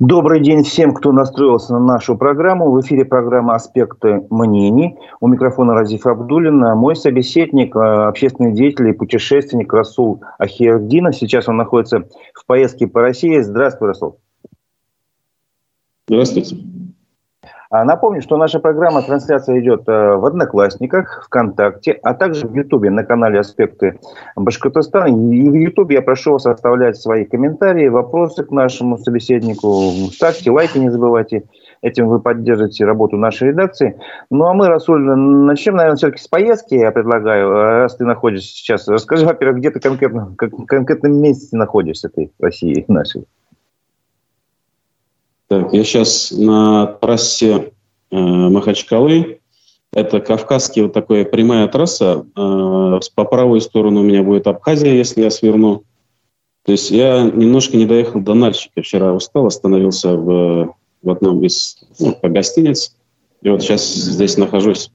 Добрый день всем, кто настроился на нашу программу. В эфире программа «Аспекты мнений». У микрофона Разиф Абдуллин. Мой собеседник, общественный деятель и путешественник Расул Ахиердинов. Сейчас он находится в поездке по России. Здравствуй, Расул. Здравствуйте. Напомню, что наша программа, трансляция идет в Одноклассниках, ВКонтакте, а также в Ютубе на канале «Аспекты Башкортостана». И в Ютубе я прошу вас оставлять свои комментарии, вопросы к нашему собеседнику. Ставьте лайки, не забывайте. Этим вы поддержите работу нашей редакции. Ну, а мы, Расуль, начнем, наверное, все-таки с поездки, я предлагаю. Раз ты находишься сейчас, расскажи, во-первых, где ты конкретно, в конкретном месте находишься ты в России нашей. Так, я сейчас на трассе Махачкалы. Это Кавказский, вот такая прямая трасса. По правой сторону у меня будет Абхазия, если я сверну. То есть я немножко не доехал до Нальчика. Вчера устал, остановился в одном из гостиниц. И вот сейчас здесь нахожусь.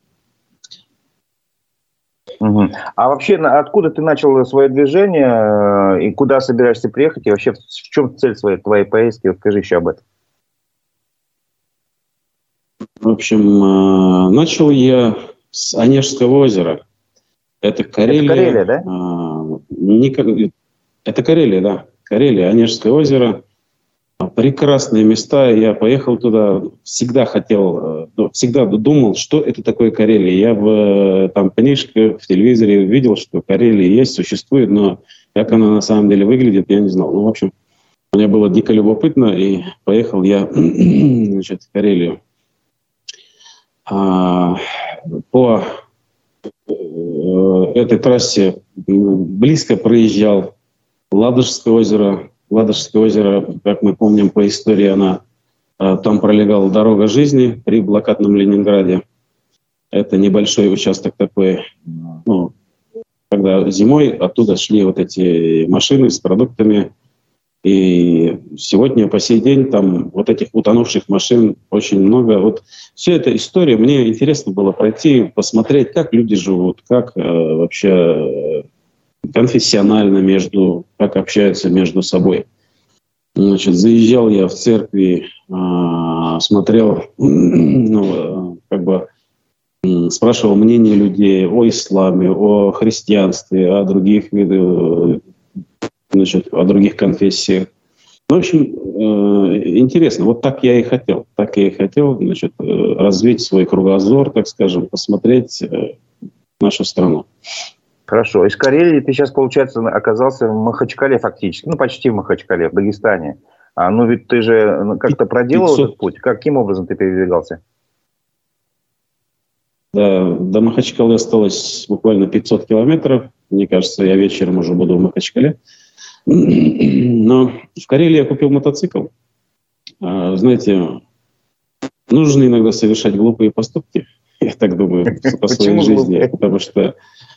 Угу. А вообще, откуда ты начал свое движение и куда собираешься приехать? И вообще, в чем цель твоей поездки? Расскажи еще об этом. В общем, начал я с Онежского озера. Это Карелия. Это Карелия, да? Это Карелия, да. Карелия, Онежское озеро. Прекрасные места. Я поехал туда. Всегда думал, что это такое Карелия. Я в книжках, в телевизоре видел, что Карелия есть, существует, но как она на самом деле выглядит, я не знал. Ну, в общем, мне было дико любопытно, и поехал я в Карелию. По этой трассе близко проезжал Ладожское озеро. Ладожское озеро, как мы помним по истории, там пролегала дорога жизни при блокадном Ленинграде. Это небольшой участок такой, когда зимой оттуда шли вот эти машины с продуктами. И сегодня, по сей день, там вот этих утонувших машин очень много. Вот вся эта история, мне интересно было пройти, посмотреть, как люди живут, как вообще конфессионально как общаются между собой. Заезжал я в церкви, смотрел, спрашивал мнение людей о исламе, о христианстве, о других видах, о других конфессиях. В общем, интересно. Вот так я и хотел. Развить свой кругозор, так скажем, посмотреть нашу страну. Хорошо. Из Карелии ты сейчас, получается, оказался в Махачкале фактически. Почти в Махачкале, в Дагестане. Ведь ты же как-то проделал этот путь. Каким образом ты передвигался? Да, до Махачкалы осталось буквально 500 километров. Мне кажется, я вечером уже буду в Махачкале. Но в Карелии я купил мотоцикл. Знаете, нужно иногда совершать глупые поступки, я так думаю, по своей жизни. Потому что...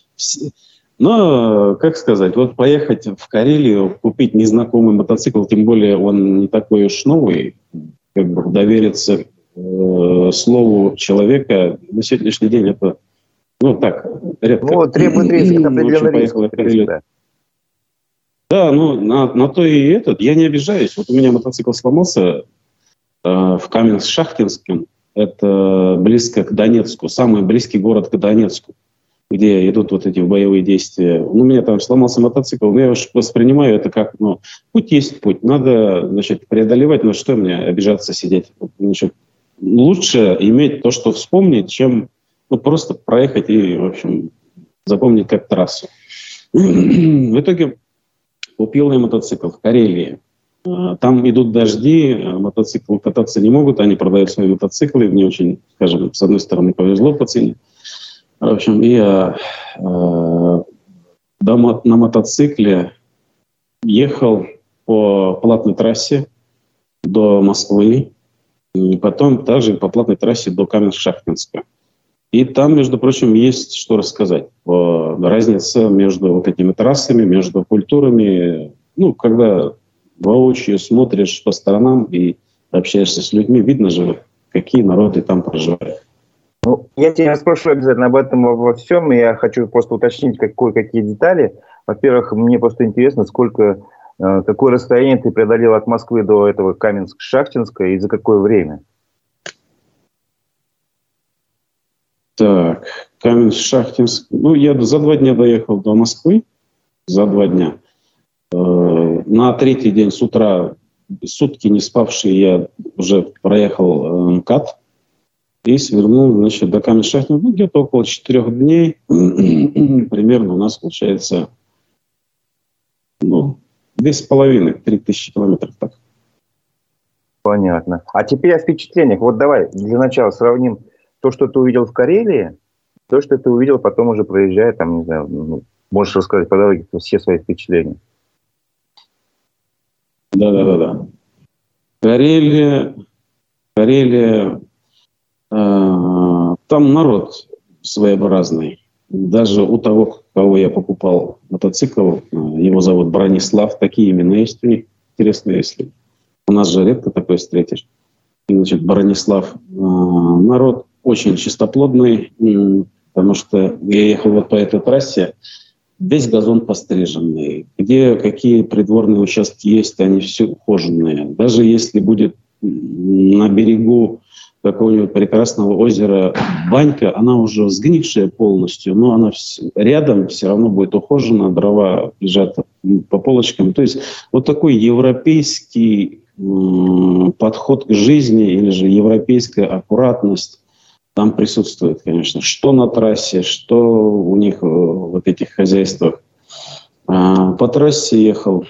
как сказать, вот поехать в Карелию, купить незнакомый мотоцикл, тем более он не такой уж новый, довериться слову человека на сегодняшний день это, редко. Требует риска, определенный риск. Да, на то и этот. Я не обижаюсь. Вот у меня мотоцикл сломался в Каменск-Шахтинске. Это близко к Донецку. Самый близкий город к Донецку, где идут вот эти боевые действия. У меня там сломался мотоцикл. Но я уж воспринимаю это как, путь есть путь. Надо, преодолевать. Что мне обижаться, сидеть? Лучше иметь то, что вспомнить, чем просто проехать и, в общем, запомнить как трассу. В итоге купил я мотоцикл в Карелии. Там идут дожди, мотоциклы кататься не могут, они продают свои мотоциклы. Мне очень, скажем, с одной стороны повезло по цене. В общем, я на мотоцикле ехал по платной трассе до Москвы, и потом также по платной трассе до Каменск-Шахтинска. И там, между прочим, есть что рассказать. Разница между вот этими трассами, между культурами. Когда воочию смотришь по сторонам и общаешься с людьми, видно же, какие народы там проживают. Я тебя спрошу обязательно об этом во всем. Я хочу просто уточнить кое-какие детали. Во-первых, мне просто интересно, сколько Какое расстояние ты преодолел от Москвы до этого Каменск-Шахтинска и за какое время? Так, Каменск-Шахтинск. Ну, я за 2 дня доехал до Москвы. За 2 дня. На третий день с утра, сутки не спавший, я уже проехал МКАД и свернул, значит, до Каменск-Шахтинска. Ну, где-то около 4 дней. Примерно у нас получается, ну, 2,5-3 тысячи километров. Так. Понятно. А теперь о впечатлениях. Вот давай для начала сравним то, что ты увидел в Карелии, то, что ты увидел потом уже проезжая, там, не знаю, ну, можешь рассказать по дороге все свои впечатления. Да. Карелия, там народ своеобразный. Даже у того, кого я покупал мотоцикл, его зовут Бронислав, такие имена есть у них. Интересно, если у нас же редко такое встретишь. Значит, Бронислав, народ очень чистоплотный, потому что я ехал вот по этой трассе, весь газон постриженный. Где какие придворные участки есть, они все ухоженные. Даже если будет на берегу какого-нибудь прекрасного озера банька, она уже сгнившая полностью, но она рядом все равно будет ухожена, дрова лежат по полочкам. То есть вот такой европейский подход к жизни или же европейская аккуратность там присутствует, конечно. Что на трассе, что у них в вот этих хозяйствах. По трассе ехал.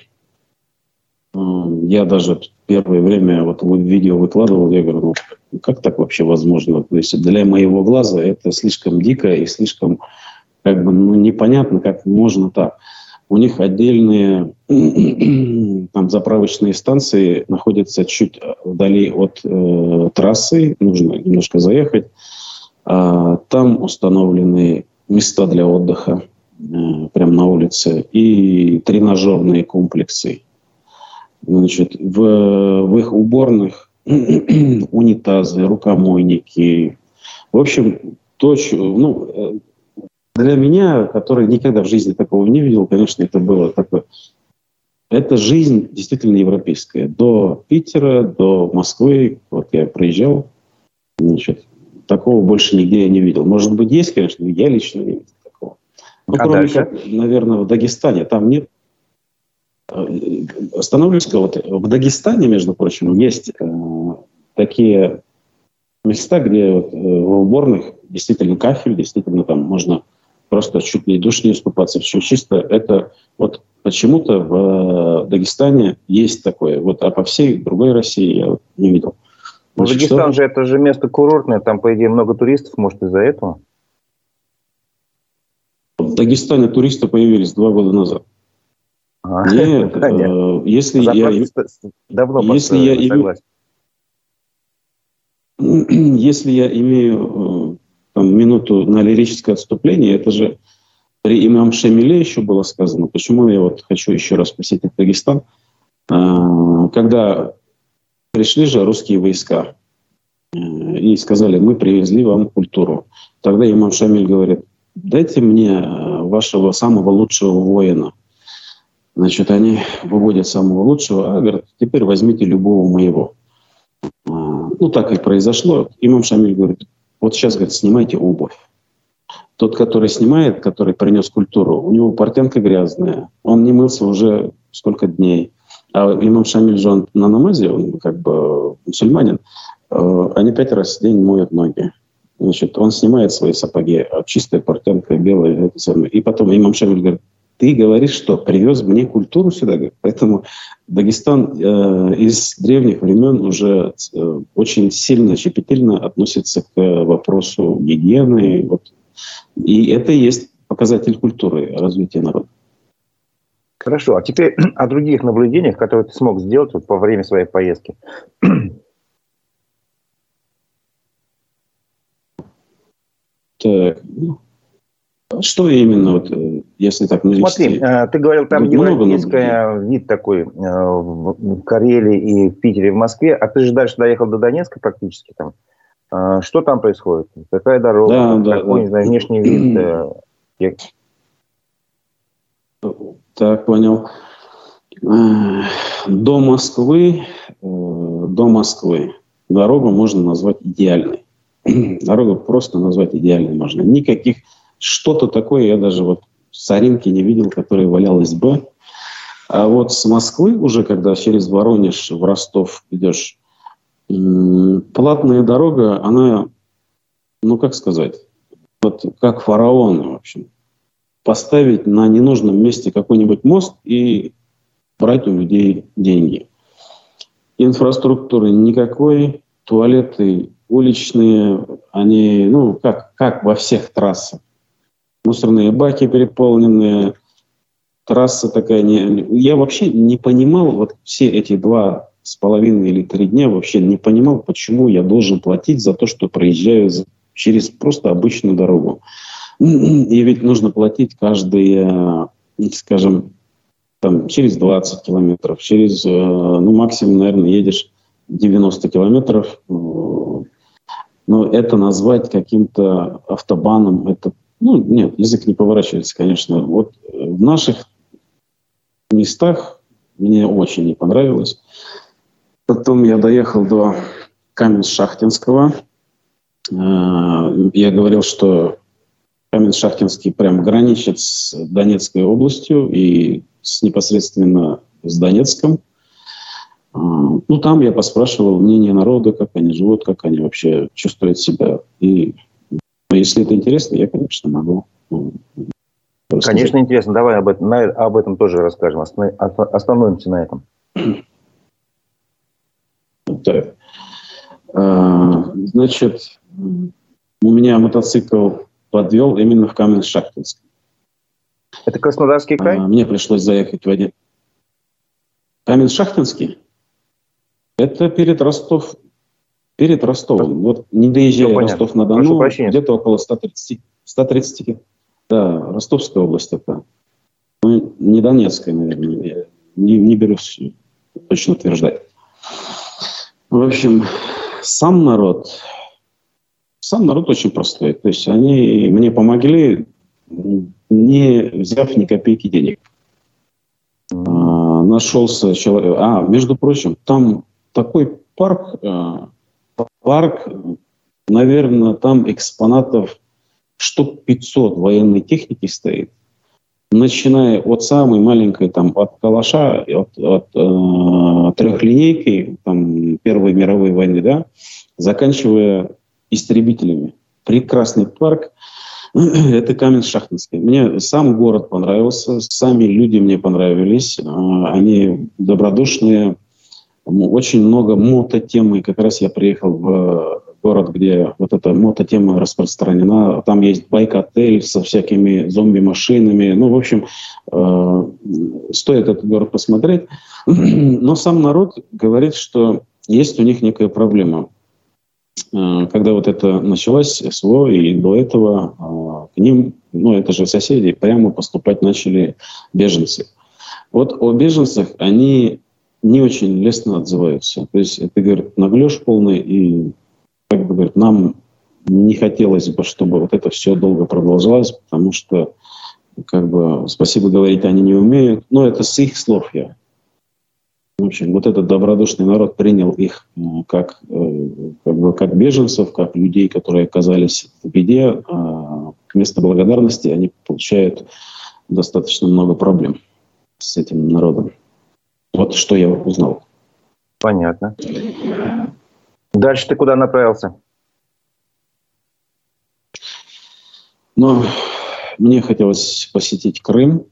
Я даже первое время вот видео выкладывал, я говорю, ну как так вообще возможно? То есть для моего глаза это слишком дико и слишком как бы непонятно, как можно так. У них отдельные там заправочные станции находятся чуть вдали от трассы, нужно немножко заехать. Там установлены места для отдыха прямо на улице и тренажерные комплексы. Значит, в их уборных унитазы, рукомойники. В общем, для меня, который никогда в жизни такого не видел, конечно, это было такое. Это жизнь действительно европейская. До Питера, до Москвы, вот я проезжал, значит, такого больше нигде я не видел. Может быть, есть, конечно, но я лично не видел такого. Ну, кроме как, наверное, в Дагестане, там нет. Остановлюсь, вот в Дагестане, между прочим, есть такие места, где вот, в уборных действительно кафель, действительно там можно просто чуть ли душ не искупаться, все чисто. Это вот почему-то в Дагестане есть такое. Вот, а по всей другой России я вот не видел. Значит, Дагестан же это же место курортное, там, по идее, много туристов, может, из-за этого? В Дагестане туристы появились 2 года назад. Нет, если я имею там, минуту на лирическое отступление, это же при имам Шамиле еще было сказано. Почему я вот хочу еще раз посетить Дагестан? Когда пришли же русские войска и сказали, мы привезли вам культуру. Тогда имам Шамиль говорит, дайте мне вашего самого лучшего воина. Значит, они выводят самого лучшего, а говорят, теперь возьмите любого моего. Ну, так и произошло. Имам Шамиль говорит, вот сейчас, говорит, снимайте обувь. Тот, который снимает, который принес культуру, у него портянка грязная, он не мылся уже сколько дней. А имам Шамиль же он на намазе, он как бы мусульманин, они 5 раз в день моют ноги. Значит, он снимает свои сапоги, а чистая портянка белая. Это самое. И потом имам Шамиль говорит, ты говоришь, что привез мне культуру сюда. Поэтому Дагестан из древних времен уже очень сильно, щепетильно относится к вопросу гигиены. Вот. И это и есть показатель культуры, развития народа. Хорошо. А теперь о других наблюдениях, которые ты смог сделать вот, во время своей поездки. Так, что именно, вот, если так Смотри, ты говорил, там европейский вид такой в Карелии и в Питере, в Москве, а ты же дальше доехал до Донецка практически там. Что там происходит? Какая дорога? Какой, не знаю, внешний вид? Так, понял. До Москвы дорогу можно назвать идеальной. Дорогу просто назвать идеальной можно. Никаких, что-то такое я даже вот соринки не видел, которая валялась бы. А вот с Москвы уже, когда через Воронеж в Ростов идешь, платная дорога, она, ну как сказать, вот как фараон, в общем. Поставить на ненужном месте какой-нибудь мост и брать у людей деньги. Инфраструктуры никакой, туалеты уличные, они, ну, как во всех трассах. Мусорные баки переполненные, трасса такая. Я вообще не понимал, вот все эти 2,5 или 3 дня вообще не понимал, почему я должен платить за то, что проезжаю через просто обычную дорогу. И ведь нужно платить каждые, скажем, там, через 20 километров, через, ну, максимум, наверное, едешь 90 километров. Но это назвать каким-то автобаном, это, ну, нет, язык не поворачивается, конечно. Вот в наших местах мне очень не понравилось. Потом я доехал до Каменск-Шахтинского. Я говорил, что Каменск-Шахтинский прям граничит с Донецкой областью и непосредственно с Донецком. Ну, там я поспрашивал мнение народа, как они живут, как они вообще чувствуют себя. И если это интересно, я, конечно, могу. Конечно, интересно. Давай об этом тоже расскажем. Остановимся на этом. Так. Значит, у меня мотоцикл подвел именно в Каменск-Шахтинск. Это Краснодарский край? Мне пришлось заехать в один. Каменск-Шахтинский? Это перед Ростовом. Вот не доезжая Ростов-на-Дону, где-то около 130. Да, Ростовская область это. Ну, не Донецкая, наверное. Я не берусь точно утверждать. В общем, сам народ очень простой. То есть они мне помогли, не взяв ни копейки денег. Нашелся человек. Между прочим, там такой парк, наверное, там экспонатов штук 500 военной техники стоит. Начиная от самой маленькой, там, от калаша, от трехлинейки, там, Первой мировой войны, да, заканчивая истребителями. Прекрасный парк. Это Каменск-Шахтинский. Мне сам город понравился, сами люди мне понравились. Они добродушные. Очень много мототемы. Как раз я приехал в город, где вот эта мототема распространена. Там есть байк-отель со всякими зомби-машинами. Ну, в общем, стоит этот город посмотреть. Но сам народ говорит, что есть у них некая проблема. Когда вот это началось, СВО, и до этого к ним, ну, это же соседи, прямо поступать начали беженцы. Вот о беженцах они не очень лестно отзываются. То есть это, говорит, наглёж полный, и, как бы, говорит, нам не хотелось бы, чтобы вот это все долго продолжалось, потому что, как бы, спасибо говорить они не умеют. Но это с их слов я. В общем, вот этот добродушный народ принял их как беженцев, как людей, которые оказались в беде. Вместо благодарности они получают достаточно много проблем с этим народом. Вот что я узнал. Понятно. Дальше ты куда направился? Ну, мне хотелось посетить Крым.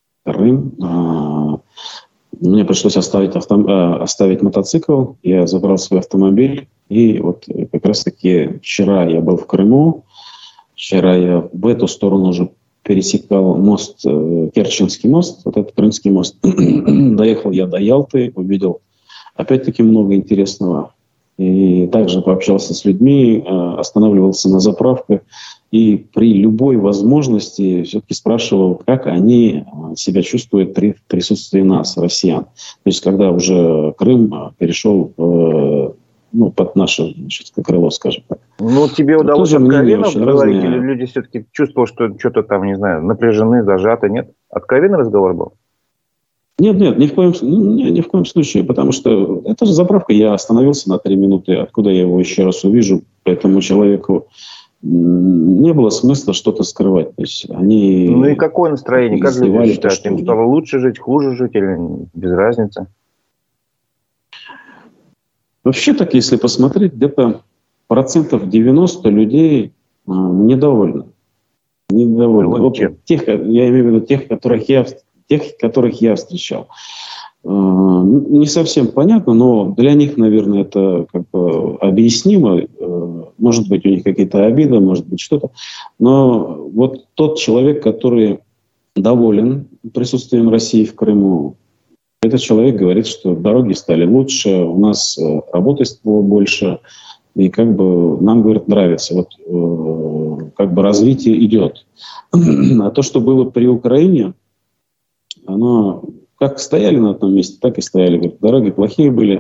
Мне пришлось оставить мотоцикл. Я забрал свой автомобиль. И вот как раз-таки вчера я был в Крыму. Вчера я в эту сторону уже пересекал мост, Керченский мост, вот этот Крымский мост. Доехал я до Ялты, увидел опять-таки много интересного. И также пообщался с людьми, останавливался на заправках. И при любой возможности все-таки спрашивал, как они себя чувствуют при присутствии нас, россиян. То есть, когда уже Крым перешел под наше крыло, скажем так. Ну, тебе удалось откровенно говорить, или люди все-таки чувствовали, что что-то там, не знаю, напряжены, зажаты, нет? Откровенный разговор был? Нет, ни в коем случае, потому что это же заправка, я остановился на 3 минуты, откуда я его еще раз увижу, поэтому человеку не было смысла что-то скрывать. То есть они Ну и какое настроение? Как люди считают? Им что стало лучше жить, хуже жить или без разницы? вообще так, если посмотреть, где-то 90% людей недовольны. Вот тех, я имею в виду тех, которых я встречал. Не совсем понятно, но для них, наверное, это как бы объяснимо. Может быть, у них какие-то обиды, может быть, что-то. Но вот тот человек, который доволен присутствием России в Крыму, этот человек говорит, что дороги стали лучше, у нас работы стало больше, и как бы нам, говорит, нравится. Вот как бы развитие идет. А то, что было при Украине, оно как стояли на одном месте, так и стояли. Говорит, дороги плохие были,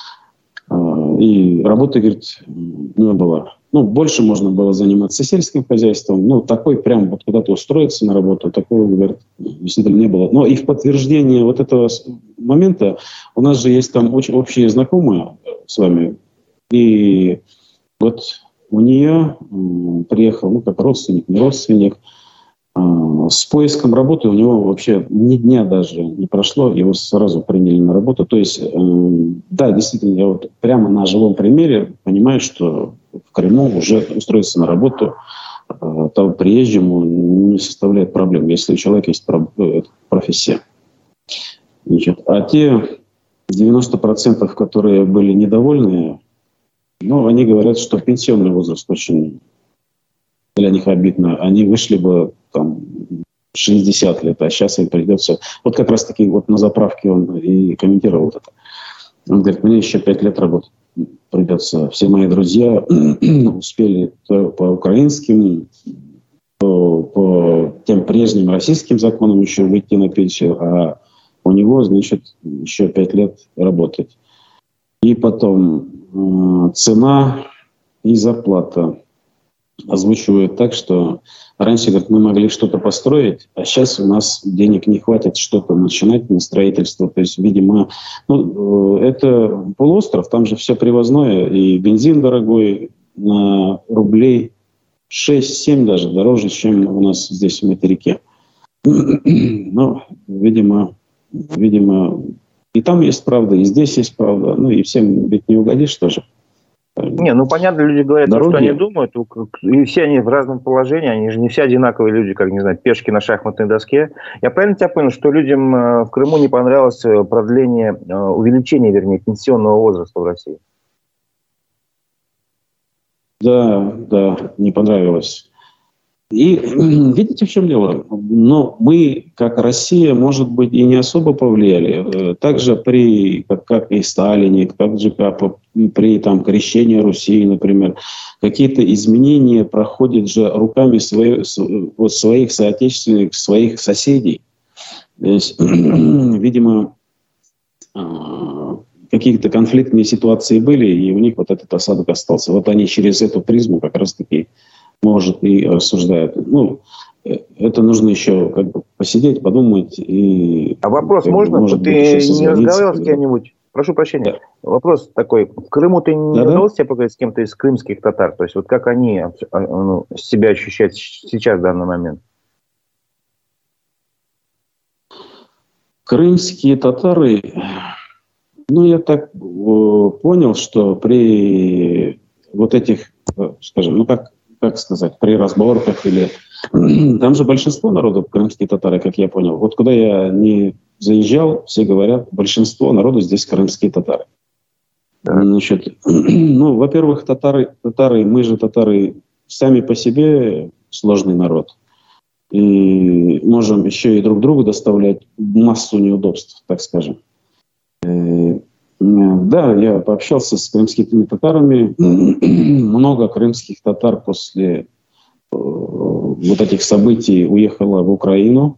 и работы, говорит, не было. Ну, больше можно было заниматься сельским хозяйством. Ну, такой прям вот куда-то устроиться на работу, такого, говорит, действительно не было. Но и в подтверждение вот этого момента у нас же есть там очень общие знакомые с вами. И вот у нее приехал, ну, как родственник, не родственник, с поиском работы у него вообще ни дня даже не прошло, его сразу приняли на работу. То есть, да, действительно, я вот прямо на живом примере понимаю, что в Крыму уже устроиться на работу того приезжему не составляет проблем, если у человека есть профессия. Значит, а те 90%, которые были недовольны, ну, они говорят, что пенсионный возраст очень для них обидно. Они вышли бы там 60 лет, а сейчас им придется... Вот как раз-таки вот на заправке он и комментировал это. Он говорит, мне еще 5 лет работать придется. Все мои друзья успели по украинским, по тем прежним российским законам еще выйти на пенсию, а у него, значит, еще 5 лет работать. И потом цена и зарплата озвучивают так, что раньше, говорит, мы могли что-то построить, а сейчас у нас денег не хватит что-то начинать на строительство. То есть, видимо, ну, это полуостров, там же все привозное, и бензин дорогой, на рублей 6-7 даже дороже, чем у нас здесь в материке. Ну, видимо, и там есть правда, и здесь есть правда. Ну, и всем ведь не угодишь тоже. Не, ну понятно, люди говорят, то, что они думают, и все они в разном положении, они же не все одинаковые люди, как, не знаю, пешки на шахматной доске. Я правильно тебя понял, что людям в Крыму не понравилось увеличение, вернее, пенсионного возраста в России? Да, не понравилось. И видите, в чем дело? Но мы, как Россия, может быть, и не особо повлияли. Также как и Сталине, как же при крещении Руси, например, какие-то изменения проходят же руками своих соотечественников, своих соседей. То есть, видимо, какие-то конфликтные ситуации были, и у них вот этот осадок остался. Вот они через эту призму как раз-таки может и рассуждают. Ну, это нужно еще как бы посидеть, подумать. А вопрос можно? Может, ты не разговаривал с кем-нибудь? Прошу прощения. Да. Вопрос такой. В Крыму ты не удалось тебе поговорить с кем-то из крымских татар? То есть вот как они себя ощущают сейчас в данный момент? Крымские татары, ну, я так понял, что при вот этих, скажем, ну, как сказать, при разборках или... Там же большинство народу крымские татары, как я понял. Вот куда я не заезжал, все говорят, большинство народу здесь крымские татары. Да. Значит, ну, во-первых, татары, мы же татары сами по себе сложный народ. И можем еще и друг другу доставлять массу неудобств, так скажем. Да, я пообщался с крымскими татарами. Много крымских татар после вот этих событий уехало в Украину.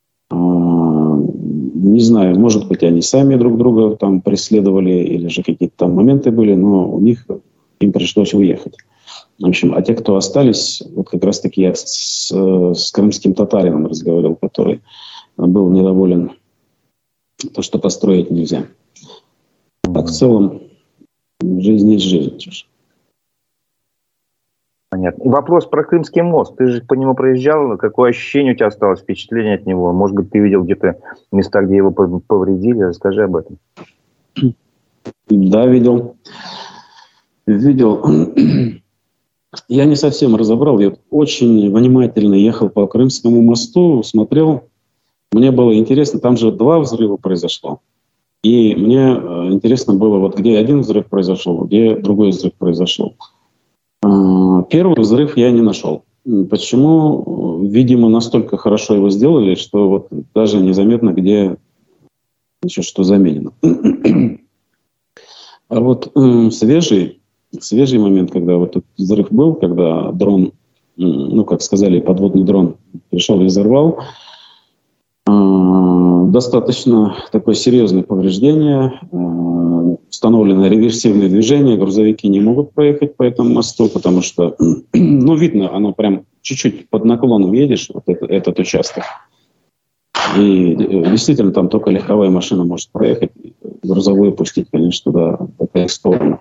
Не знаю, может быть, они сами друг друга там преследовали или же какие-то там моменты были, но им пришлось уехать. В общем, а те, кто остались, вот как раз-таки я с крымским татарином разговаривал, который был недоволен то, что построить нельзя. А в целом жизнь есть жизнь. Понятно. И вопрос про Крымский мост. Ты же по нему проезжал. Какое ощущение у тебя осталось, впечатление от него? Может быть, ты видел где-то места, где его повредили? Расскажи об этом. Да, видел. Я не совсем разобрал. Я очень внимательно ехал по Крымскому мосту, смотрел. Мне было интересно. Там же 2 взрыва произошло. И мне интересно было, вот где один взрыв произошел, где другой взрыв произошел. Первый взрыв я не нашел. Почему? Видимо, настолько хорошо его сделали, что вот даже незаметно, где еще что заменено. А вот свежий момент, когда вот этот взрыв был, когда дрон, ну, как сказали, подводный дрон пришел и взорвал, достаточно такое серьезное повреждение. Установлено реверсивное движение. Грузовики не могут проехать по этому мосту, потому что, ну, видно, оно прям чуть-чуть под наклоном едешь, вот этот участок. И действительно, там только легковая машина может проехать. Грузовую пустить, конечно, да, по их сторону.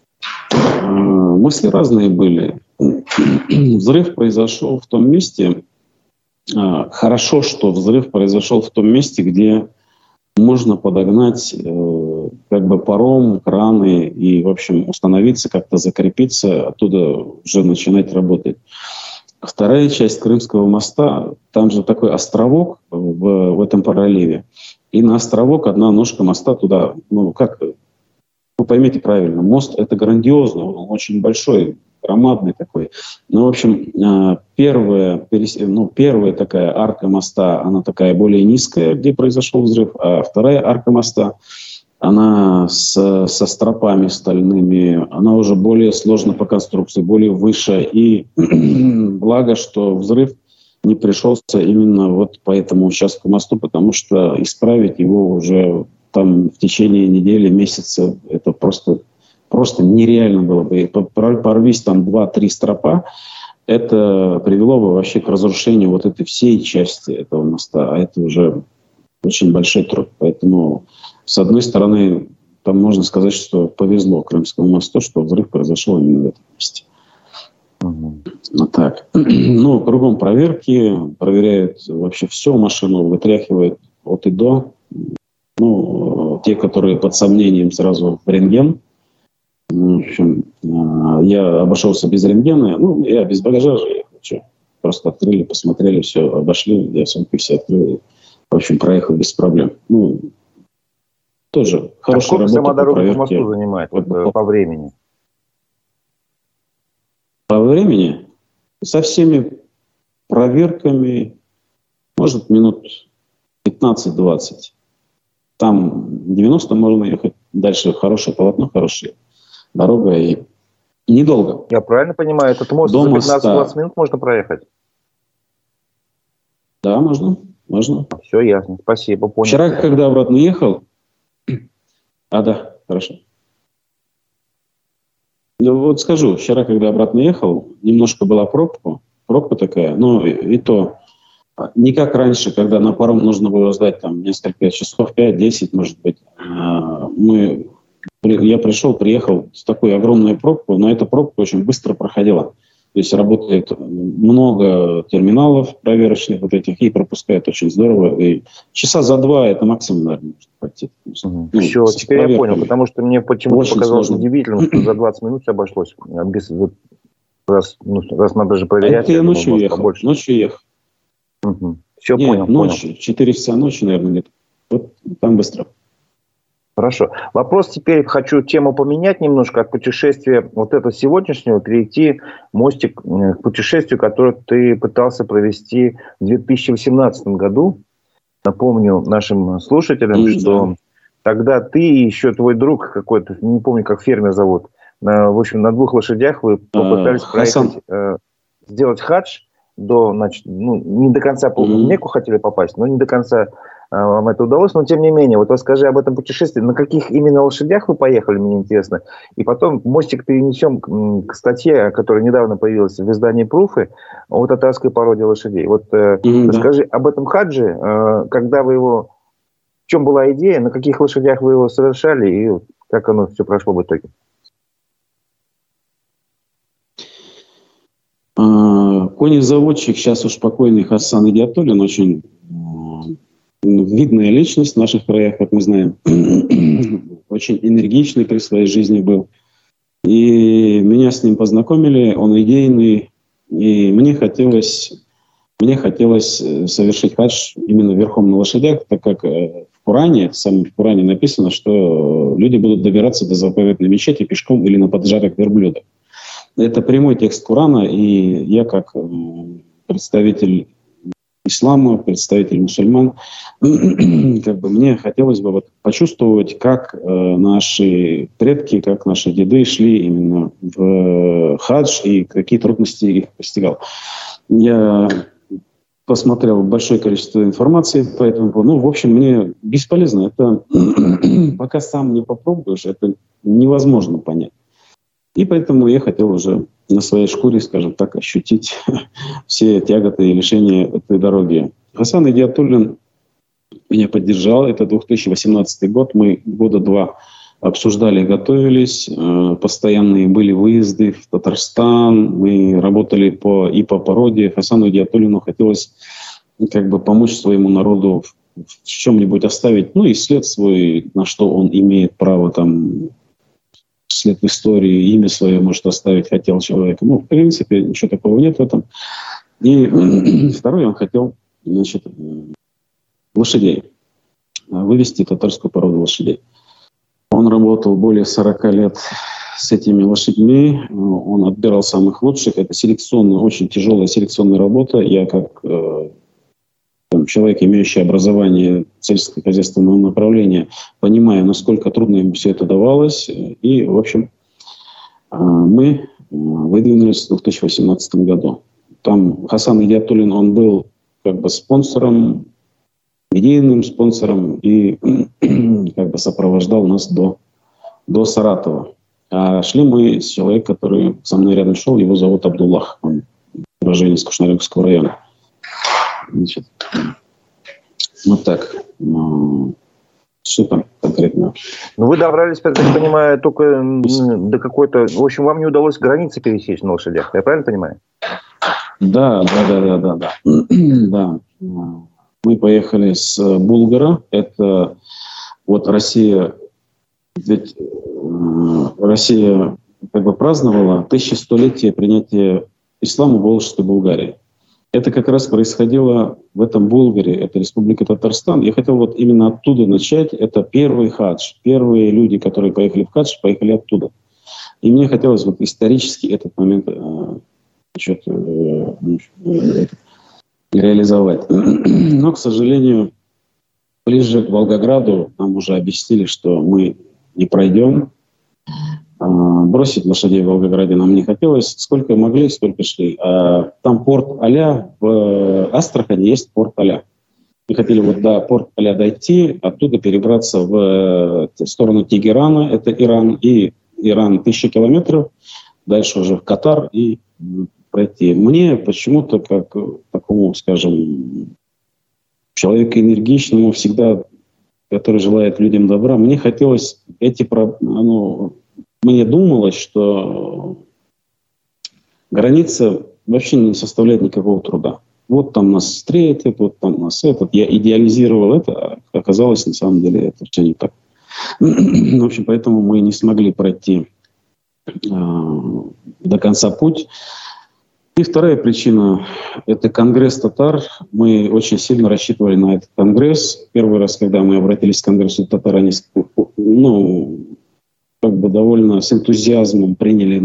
Мысли разные были. Взрыв произошел в том месте. Хорошо, что взрыв произошел в том месте, где можно подогнать как бы паром, краны и, в общем, установиться, как-то закрепиться, оттуда уже начинать работать. Вторая часть Крымского моста, там же такой островок в этом проливе. И на островок одна ножка моста туда, ну как, вы поймите правильно, мост это грандиозно, он очень большой, громадный такой. Ну, в общем, первая такая арка моста, она такая более низкая, где произошел взрыв, а вторая арка моста, она со стропами стальными, она уже более сложна по конструкции, более выше. И благо, что взрыв не пришелся именно вот по этому участку мосту, потому что исправить его уже там в течение недели, месяца, это просто нереально было бы. Порвись там 2-3 стропа, это привело бы вообще к разрушению вот этой всей части этого моста. А это уже очень большой труд. Поэтому, с одной стороны, там можно сказать, что повезло Крымскому мосту, что взрыв произошел именно в этом месте. Вот так. Ну, кругом проверки, проверяют вообще все, машину вытряхивают от и до. Ну, те, которые под сомнением, сразу в рентген. В общем, я обошелся без рентгена. Ну, я без багажа же ехал. Что? Просто открыли, посмотрели, все, обошли. Я сумки все открыл. В общем, проехал без проблем. Ну, тоже хорошая работа. Сама дорога по мосту занимает по времени? По времени? Со всеми проверками, может, минут 15-20. Там 90 можно ехать. Дальше хорошее полотно, хорошая дорога и недолго. Я правильно понимаю, этот мост за 15-20 минут можно проехать? Да, можно. Все ясно. Спасибо, понял. Вчера, когда обратно ехал... да, хорошо. Ну, вот скажу, вчера, когда обратно ехал, немножко была пробка такая, но и то не как раньше, когда на паром нужно было ждать там несколько часов, 5-10, может быть. Я приехал с такой огромной пробкой, но эта пробка очень быстро проходила. То есть работает много терминалов проверочных вот этих и пропускает очень здорово. И часа за 2 это максимум, наверное, может пройти. Все, теперь я понял, потому что мне почему-то показалось удивительным, что за 20 минут все обошлось. Раз надо же проверять. Это я ночью ехал. Все, понял. Ночью, 4 часа ночи, наверное, где-то. Вот там быстро. Хорошо. Вопрос теперь, хочу тему поменять немножко от путешествия вот этого сегодняшнего, перейти мостик к путешествию, которое ты пытался провести в 2018 году. Напомню нашим слушателям, что тогда ты и еще твой друг какой-то, не помню, как фермер зовут, в общем, на 2 лошадях вы попытались проехать, сделать хадж до, не до конца в Мекку хотели попасть, но не до конца вам это удалось, но тем не менее, вот расскажи об этом путешествии, на каких именно лошадях вы поехали, мне интересно, и потом мостик перенесем к статье, которая недавно появилась в издании «Пруфы» о татарской породе лошадей. Вот расскажи об этом хадже, когда вы его В чем была идея, на каких лошадях вы его совершали и как оно все прошло в итоге? Конезаводчик, сейчас уж покойный Хасан Идиатуллин, очень видная личность в наших краях, как мы знаем. Очень энергичный при своей жизни был. И меня с ним познакомили, он идейный. И мне хотелось совершить хадж именно верхом на лошадях, так как в Коране написано, что люди будут добираться до заповедной мечети пешком или на поджарых верблюдах. Это прямой текст Корана, и я как представитель ислама, представитель мусульман, мне хотелось бы почувствовать, как наши предки, как наши деды шли именно в хадж и какие трудности их постигал. Я посмотрел большое количество информации по этому поводу. В общем, мне бесполезно. Это пока сам не попробуешь, это невозможно понять. И поэтому я хотел уже на своей шкуре, скажем так, ощутить все тяготы и лишения этой дороги. Хасан Идиатуллин меня поддержал. Это 2018 год. Мы года 2 обсуждали, готовились. Постоянные были выезды в Татарстан. Мы работали по породе. Хасану Идиатуллину хотелось помочь своему народу в чем-нибудь оставить, и след свой, на что он имеет право след в истории, имя свое может оставить, хотел человек. В принципе, ничего такого нет в этом. И второе, он хотел, лошадей. Вывести татарскую породу лошадей. Он работал более 40 лет с этими лошадьми. Он отбирал самых лучших. Это очень тяжелая селекционная работа. Я как человек, имеющий образование сельскохозяйственного направления, понимаю, насколько трудно ему все это давалось. И, в общем, мы выдвинулись в 2018 году. Там Хасан Идиатуллин, он был спонсором, идейным спонсором и сопровождал нас до Саратова. А шли мы с человеком, который со мной рядом шел, его зовут Абдуллах, он уроженец Кушнаренковского района. Так. Что там конкретно? Вы добрались, я так понимаю, только до какой-то... В общем, вам не удалось границы пересечь на лошадях, я правильно понимаю? Да. Да. Мы поехали с Булгара. Это Россия... Ведь Россия праздновала 1100-летие принятия ислама в Волжской Булгарии. Это как раз происходило в этом Булгаре, это Республика Татарстан. Я хотел именно оттуда начать. Это первый хадж. Первые люди, которые поехали в хадж, поехали оттуда. И мне хотелось исторически этот момент реализовать. Но, к сожалению, ближе к Волгограду нам уже объяснили, что мы не пройдем. Бросить лошадей в Волгограде нам не хотелось. Сколько могли, столько шли. Там порт Аля, в Астрахани есть порт Аля. Мы хотели до порт Аля дойти, оттуда перебраться в сторону Тегерана, это Иран, и Иран 1000 километров, дальше уже в Катар и пройти. Мне почему-то, как такому, человеку энергичному, всегда, который желает людям добра, мне хотелось мне думалось, что граница вообще не составляет никакого труда. Там нас встретят, там нас этот. Я идеализировал это, а оказалось, на самом деле, это все не так. В общем, поэтому мы не смогли пройти до конца путь. И вторая причина – это Конгресс татар. Мы очень сильно рассчитывали на этот Конгресс. Первый раз, когда мы обратились к Конгрессу татар, они довольно с энтузиазмом приняли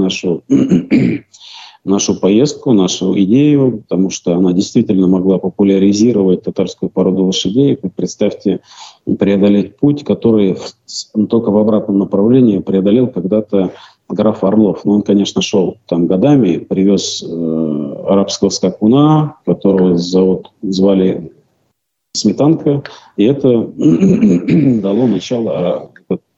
нашу поездку, нашу идею, потому что она действительно могла популяризировать татарскую породу лошадей. Представьте, преодолеть путь, который только в обратном направлении преодолел когда-то граф Орлов. Он, конечно, шел там годами, привез арабского скакуна, которого звали Сметанка, и это дало начало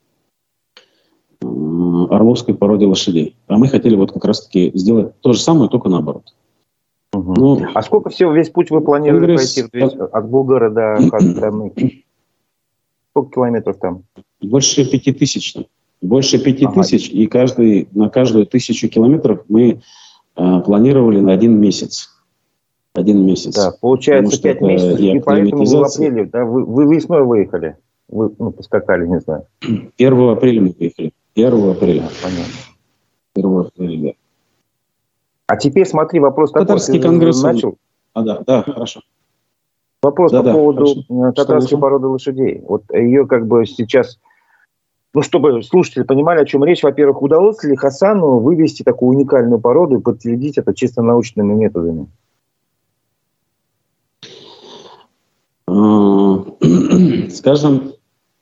орловской породе лошадей. А мы хотели как раз-таки сделать то же самое, только наоборот. Угу. А сколько всего весь путь вы планировали пройти от Булгара до Хадж? Сколько километров там? Больше 5000. Больше 5000, и на каждую 1000 километров мы планировали на 1 месяц. 1 месяц. Да, получается 5 месяцев, и поэтому вы в апреле, да, вы весной выехали, вы поскакали, не знаю. 1 апреля мы выехали. 1 апреля. Понятно. 1 апреля, да. А теперь смотри, вопрос такой. Татарский конгресс начал. Да, хорошо. Вопрос по поводу татарской породы лошадей. Вот ее как бы сейчас, чтобы слушатели понимали, о чем речь, во-первых, удалось ли Хасану вывести такую уникальную породу и подтвердить это чисто научными методами? Скажем,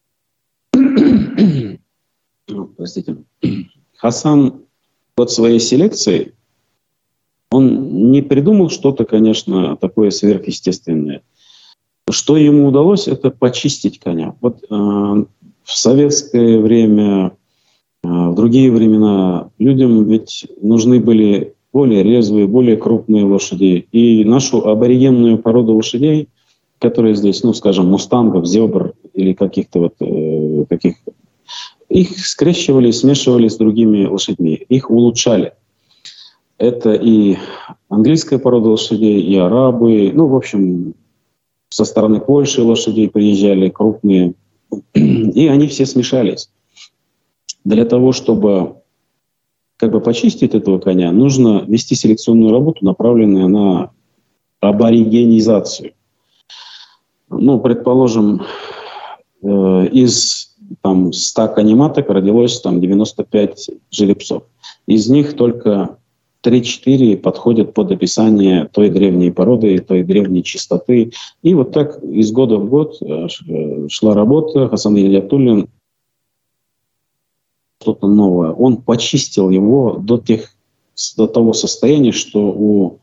простите, Хасан под своей селекцией, он не придумал что-то, конечно, такое сверхъестественное. Что ему удалось, это почистить коня. Вот в советское время, в другие времена людям ведь нужны были более резвые, более крупные лошади. И нашу аборигенную породу лошадей, которые здесь, скажем, мустангов, зебр или каких-то таких, их скрещивали, смешивали с другими лошадьми, их улучшали. Это и английская порода лошадей, и арабы, в общем, со стороны Польши лошадей приезжали крупные, и они все смешались. Для того, чтобы почистить этого коня, нужно вести селекционную работу, направленную на аборигенизацию. Предположим, из 100 конематок родилось 95 жеребцов. Из них только 3-4 подходят под описание той древней породы, той древней чистоты. И вот так из года в год шла работа. Хасан Гидиятуллин что-то новое. Он почистил его до того состояния, что у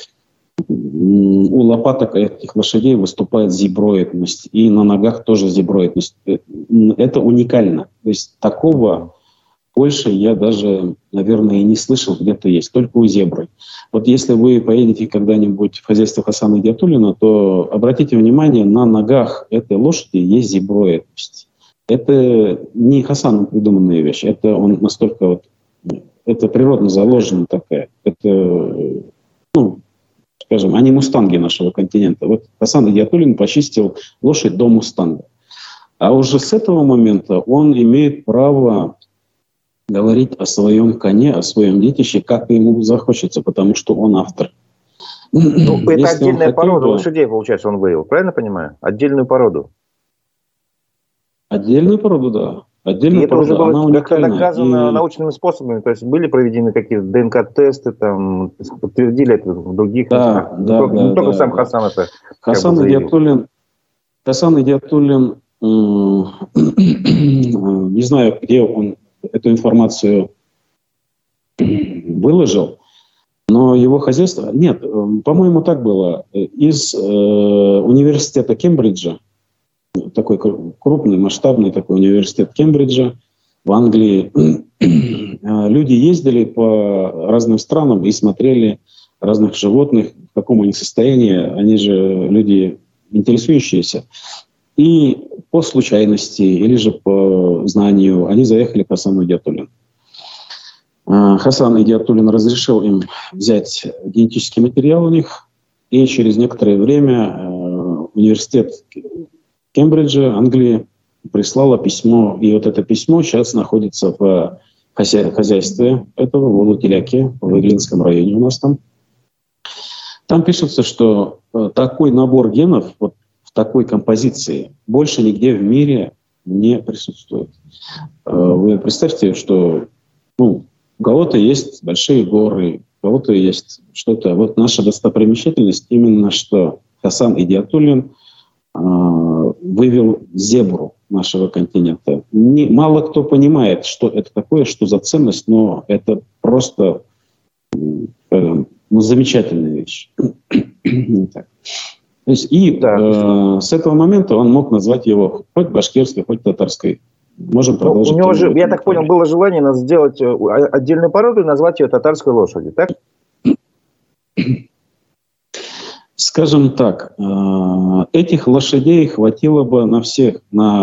лопаток этих лошадей выступает зеброидность. И на ногах тоже зеброидность. Это уникально. То есть такого больше я даже, наверное, и не слышал, где-то есть. Только у зебры. Вот если вы поедете когда-нибудь в хозяйство Хасана Гидиятуллина, то обратите внимание, на ногах этой лошади есть зеброидность. Это не Хасаном придуманная вещь. Это он настолько это природно заложено такая. Это, скажем, они мустанги нашего континента. Вот Хасан Гидиятуллин почистил лошадь до мустанга. А уже с этого момента он имеет право говорить о своем коне, о своем детище, как ему захочется, потому что он автор. Это отдельная порода лошадей, получается, он вывел. Правильно понимаю? Отдельную породу. Отдельную породу, да. Отдельная порода, уже было как-то доказано научными способами. То есть были проведены какие-то ДНК-тесты, подтвердили это в других местах. Не только сам Хасан это Хасан Гидиятуллин, не знаю, где он эту информацию выложил, но его хозяйство... Нет, по-моему, так было. Из университета Кембриджа, такой крупный, масштабный такой университет Кембриджа в Англии, люди ездили по разным странам и смотрели разных животных, в каком у них состоянии. Они же люди интересующиеся. И по случайности или же по знанию они заехали к Хасану Гидиятуллину. Хасан Гидиятуллин разрешил им взять генетический материал у них, и через некоторое время университет Кембриджа, Англии, прислало письмо. И вот это письмо сейчас находится в хозяйстве этого, в Улу-Теляке, в Иглинском районе у нас там. Там пишется, что такой набор генов, вот в такой композиции, больше нигде в мире не присутствует. Вы представьте, что у кого-то есть большие горы, у кого-то есть что-то. Вот наша достопримечательность именно, что Хасан Гидиятуллин вывел зебру нашего континента. Мало кто понимает, что это такое, что за ценность, но это просто замечательная вещь. Так. То есть, с этого момента он мог назвать его хоть башкирской, хоть татарской. Можем продолжить. У него же, я так понял, было желание сделать отдельную породу и назвать ее татарской лошадью, так? Скажем так, этих лошадей хватило бы на всех,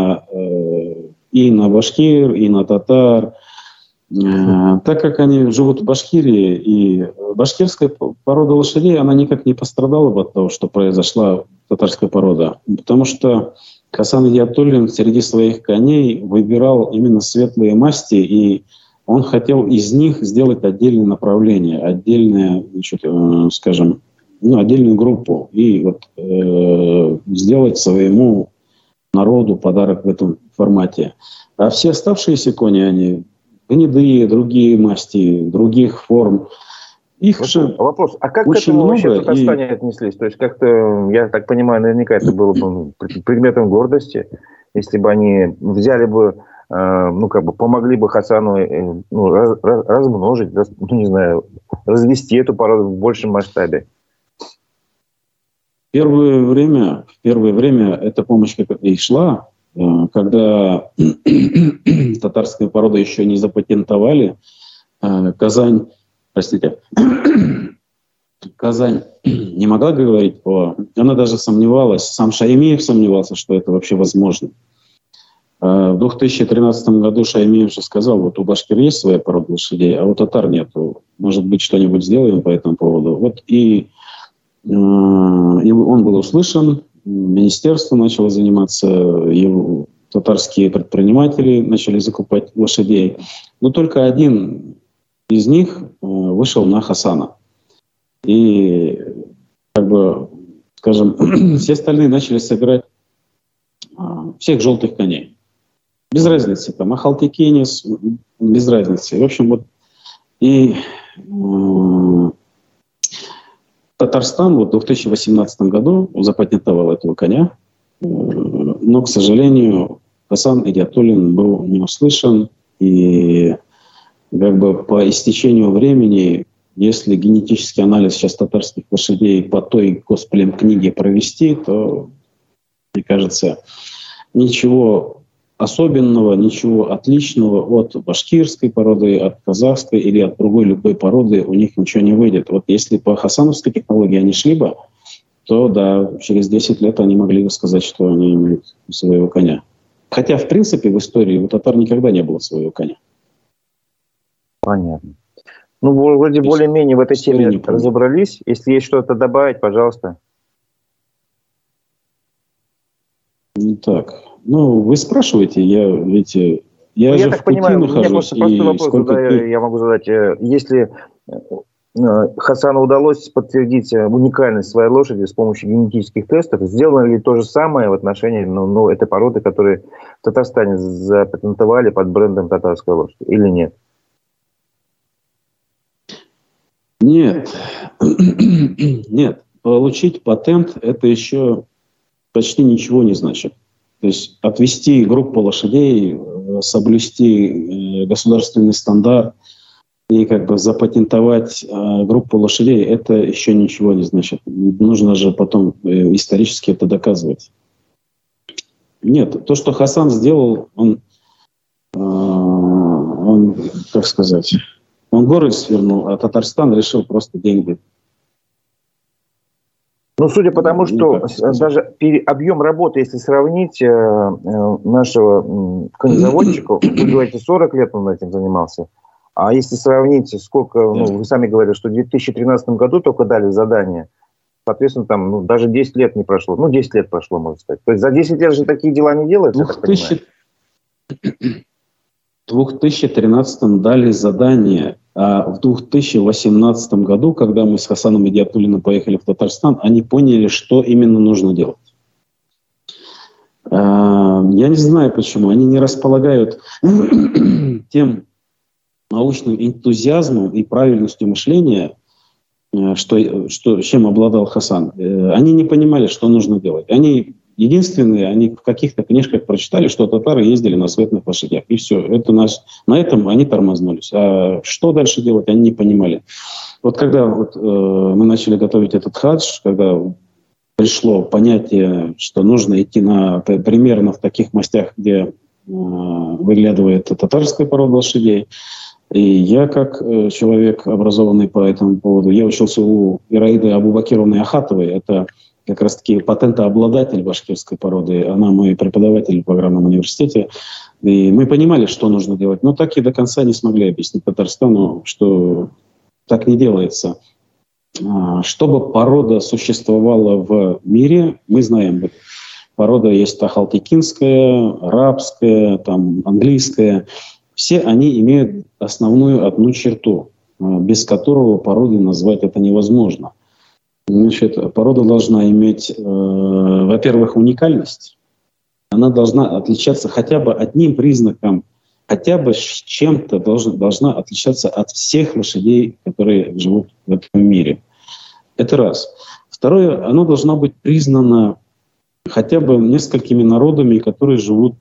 и на башкир, и на татар. Так как они живут в Башкирии, и башкирская порода лошадей, она никак не пострадала бы от того, что произошла татарская порода. Потому что Хасан Идиятуллин среди своих коней выбирал именно светлые масти, и он хотел из них сделать отдельное направление, отдельное, скажем, отдельную группу, и вот сделать своему народу подарок в этом формате. А все оставшиеся кони, они гнедые, другие масти, других форм. Их вот же вопрос, а как к очень этому много, вообще в Татарстане отнеслись? То есть как-то, я так понимаю, наверняка это было бы предметом гордости, если бы они взяли бы, помогли бы Хасану размножить, не знаю, развести эту породу в большем масштабе. В первое время эта помощь как и шла, когда татарская порода еще не запатентовали. Казань не могла говорить она даже сомневалась, сам Шаймиев сомневался, что это вообще возможно. В 2013 году Шаймиев же сказал, вот у башкир есть своя порода лошадей, а у татар нету. Может быть, что-нибудь сделаем по этому поводу. Вот и он был услышан, министерство начало заниматься, его татарские предприниматели начали закупать лошадей. Но только один из них вышел на Хасана. И, все остальные начали собирать всех желтых коней. Без разницы, там, Ахалтекинис, без разницы. В общем, вот, и Татарстан в 2018 году запатентовал этого коня, но, к сожалению, Хасан Идиятуллин был не услышан, и по истечению времени, если генетический анализ сейчас татарских лошадей по той госплемкниге провести, то, мне кажется, ничего особенного, ничего отличного от башкирской породы, от казахской или от другой любой породы у них ничего не выйдет. Вот если по хасановской технологии они шли бы, то да, через 10 лет они могли бы сказать, что они имеют своего коня. Хотя, в принципе, в истории у татар никогда не было своего коня. Понятно. Вроде более-менее в этой теме разобрались. Если есть что-то добавить, пожалуйста. Так, вы спрашиваете, я же так в пути понимаю, нахожусь. У меня просто простой вопрос я могу задать. Если Хасану удалось подтвердить уникальность своей лошади с помощью генетических тестов, сделано ли то же самое в отношении этой породы, которую в Татарстане запатентовали под брендом татарская лошадь, или нет? Нет. Получить патент – это еще почти ничего не значит. То есть отвести группу лошадей, соблюсти государственный стандарт и запатентовать группу лошадей – это еще ничего не значит. Нужно же потом исторически это доказывать. Нет, то, что Хасан сделал, он горы свернул, а Татарстан решил просто деньги. Судя по тому, что даже объем работы, если сравнить нашего конезаводчика, вы говорите, 40 лет он этим занимался, а если сравнить, сколько, вы сами говорили, что в 2013 году только дали задание, соответственно, там даже 10 лет не прошло. 10 лет прошло, можно сказать. То есть за 10 лет же такие дела не делаются, я так понимаю. В 2013 дали задание, а в 2018 году, когда мы с Хасаном Идиятуллиным поехали в Татарстан, они поняли, что именно нужно делать. Я не знаю почему. Они не располагают тем научным энтузиазмом и правильностью мышления, чем обладал Хасан. Они не понимали, что нужно делать. Они в каких-то книжках прочитали, что татары ездили на светлых лошадях. И все. На этом они тормознулись. А что дальше делать, они не понимали. Вот когда мы начали готовить этот хадж, когда пришло понятие, что нужно идти примерно в таких мастях, где выглядывает татарская порода лошадей, И я, как человек, образованный по этому поводу, я учился у Ираиды Абубакировны Ахатовой, это как раз-таки патентообладатель башкирской породы, она мой преподаватель в программном университете, и мы понимали, что нужно делать, но так и до конца не смогли объяснить Татарстану, что так не делается. Чтобы порода существовала в мире, мы знаем, порода есть тахалтекинская, арабская, там, английская. Все они имеют основную одну черту, без которого породы назвать это невозможно. Значит, порода должна иметь, во-первых, уникальность. Она должна отличаться хотя бы одним признаком, хотя бы чем-то должна отличаться от всех лошадей, которые живут в этом мире. Это раз. Второе, она должна быть признана хотя бы несколькими народами, которые живут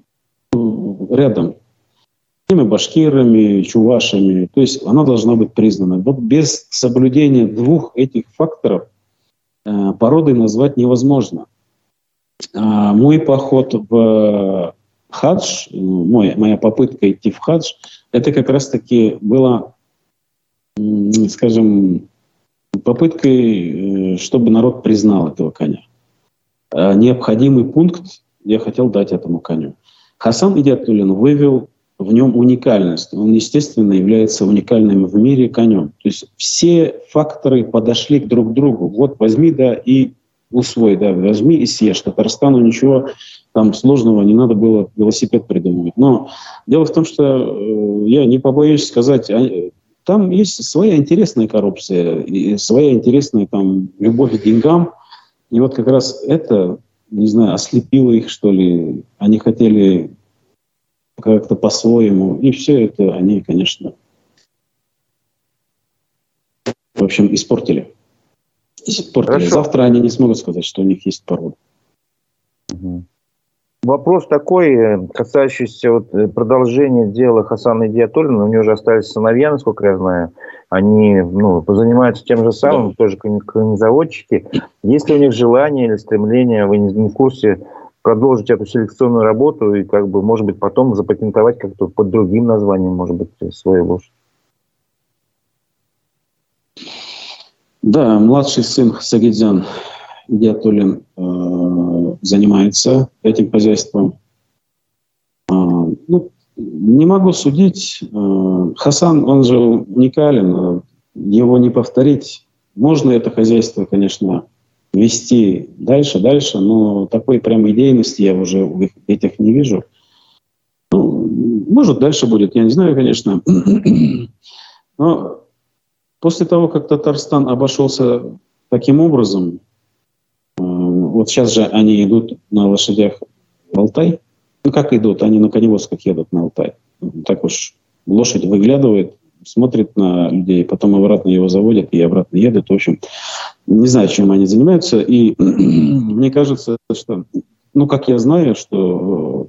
рядом. Теми башкирами, чувашами. То есть она должна быть признана. Вот без соблюдения двух этих факторов породой назвать невозможно. Мой поход в хадж, моя попытка идти в хадж, это как раз-таки была, скажем, попыткой, чтобы народ признал этого коня. Необходимый пункт я хотел дать этому коню. Хасан Идиатуллин вывел в нем уникальность. Он, естественно, является уникальным в мире конем. То есть все факторы подошли друг к другу. Вот возьми, да, и усвой, да, возьми и съешь. Татарстану ничего там сложного не надо было велосипед придумывать. Но дело в том, что я не побоюсь сказать, там есть своя интересная коррупция, и своя интересная там любовь к деньгам. И вот как раз это, не знаю, ослепило их, что ли. Они хотели как-то по-своему. И все это они, конечно, в общем, испортили. Испортили. Завтра они не смогут сказать, что у них есть порода. Вопрос такой, касающийся продолжения дела Хасана Идиатуллина. У него же остались сыновья, насколько я знаю. Они занимаются тем же самым, да, тоже конезаводчики. Есть ли у них желание или стремление, вы не в курсе, продолжить эту селекционную работу и, может быть, потом запатентовать как-то под другим названием, может быть, свою лошадь? Да, младший сын Сагидзян Идиатуллин занимается этим хозяйством. Не могу судить. Хасан, он же уникален, его не повторить. Можно это хозяйство, конечно, вести дальше, но такой прям идейности я уже в их детях не вижу. Может, дальше будет, я не знаю, конечно. Но после того, как Татарстан обошелся таким образом, вот сейчас же они идут на лошадях в Алтай. Как идут? Они на коневозках едут на Алтай. Так уж лошадь выглядывает, смотрит на людей, потом обратно его заводят и обратно едут. В общем, не знаю, чем они занимаются. И мне кажется, что, как я знаю, что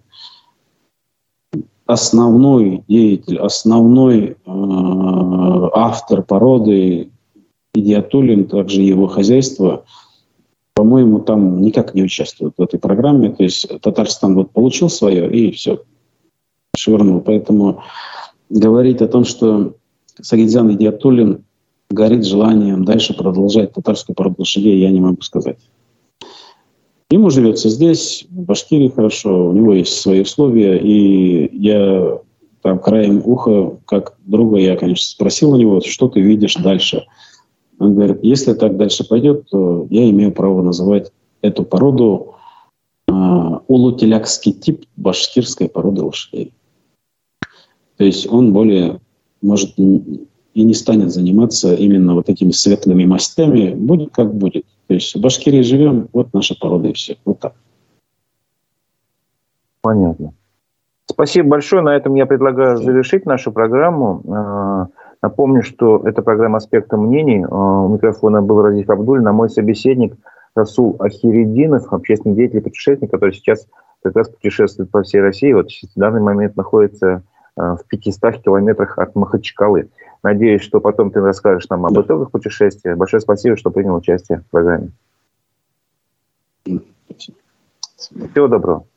основной деятель, основной автор породы Идиатуллин, также его хозяйство, по-моему, там никак не участвует в этой программе. То есть Татарстан получил свое и все, швырнул. Поэтому говорить о том, что Сагидзян Идиатуллин горит желанием дальше продолжать татарскую породу лошадей, я не могу сказать. Ему живется здесь, в Башкирии хорошо, у него есть свои условия. И я там краем уха, как друга, я, конечно, спросил у него, что ты видишь дальше. Он говорит, если так дальше пойдет, то я имею право называть эту породу улутилякский тип башкирской породы лошадей. То есть он более, может, и не станет заниматься именно вот этими светлыми мастями. Будет как будет. То есть в Башкирии живем, вот наша порода и все. Вот так. Понятно. Спасибо большое. На этом я предлагаю завершить нашу программу. Напомню, что это программа «Аспекты мнений». У микрофона был Разиф Абдуллин, а мой собеседник Расул Ахириддинов, общественный деятель и путешественник, который сейчас как раз путешествует по всей России. Вот в данный момент находится в 500 километрах от Махачкалы. Надеюсь, что потом ты расскажешь нам об итогах путешествия. Большое спасибо, что принял участие в программе. Всего доброго.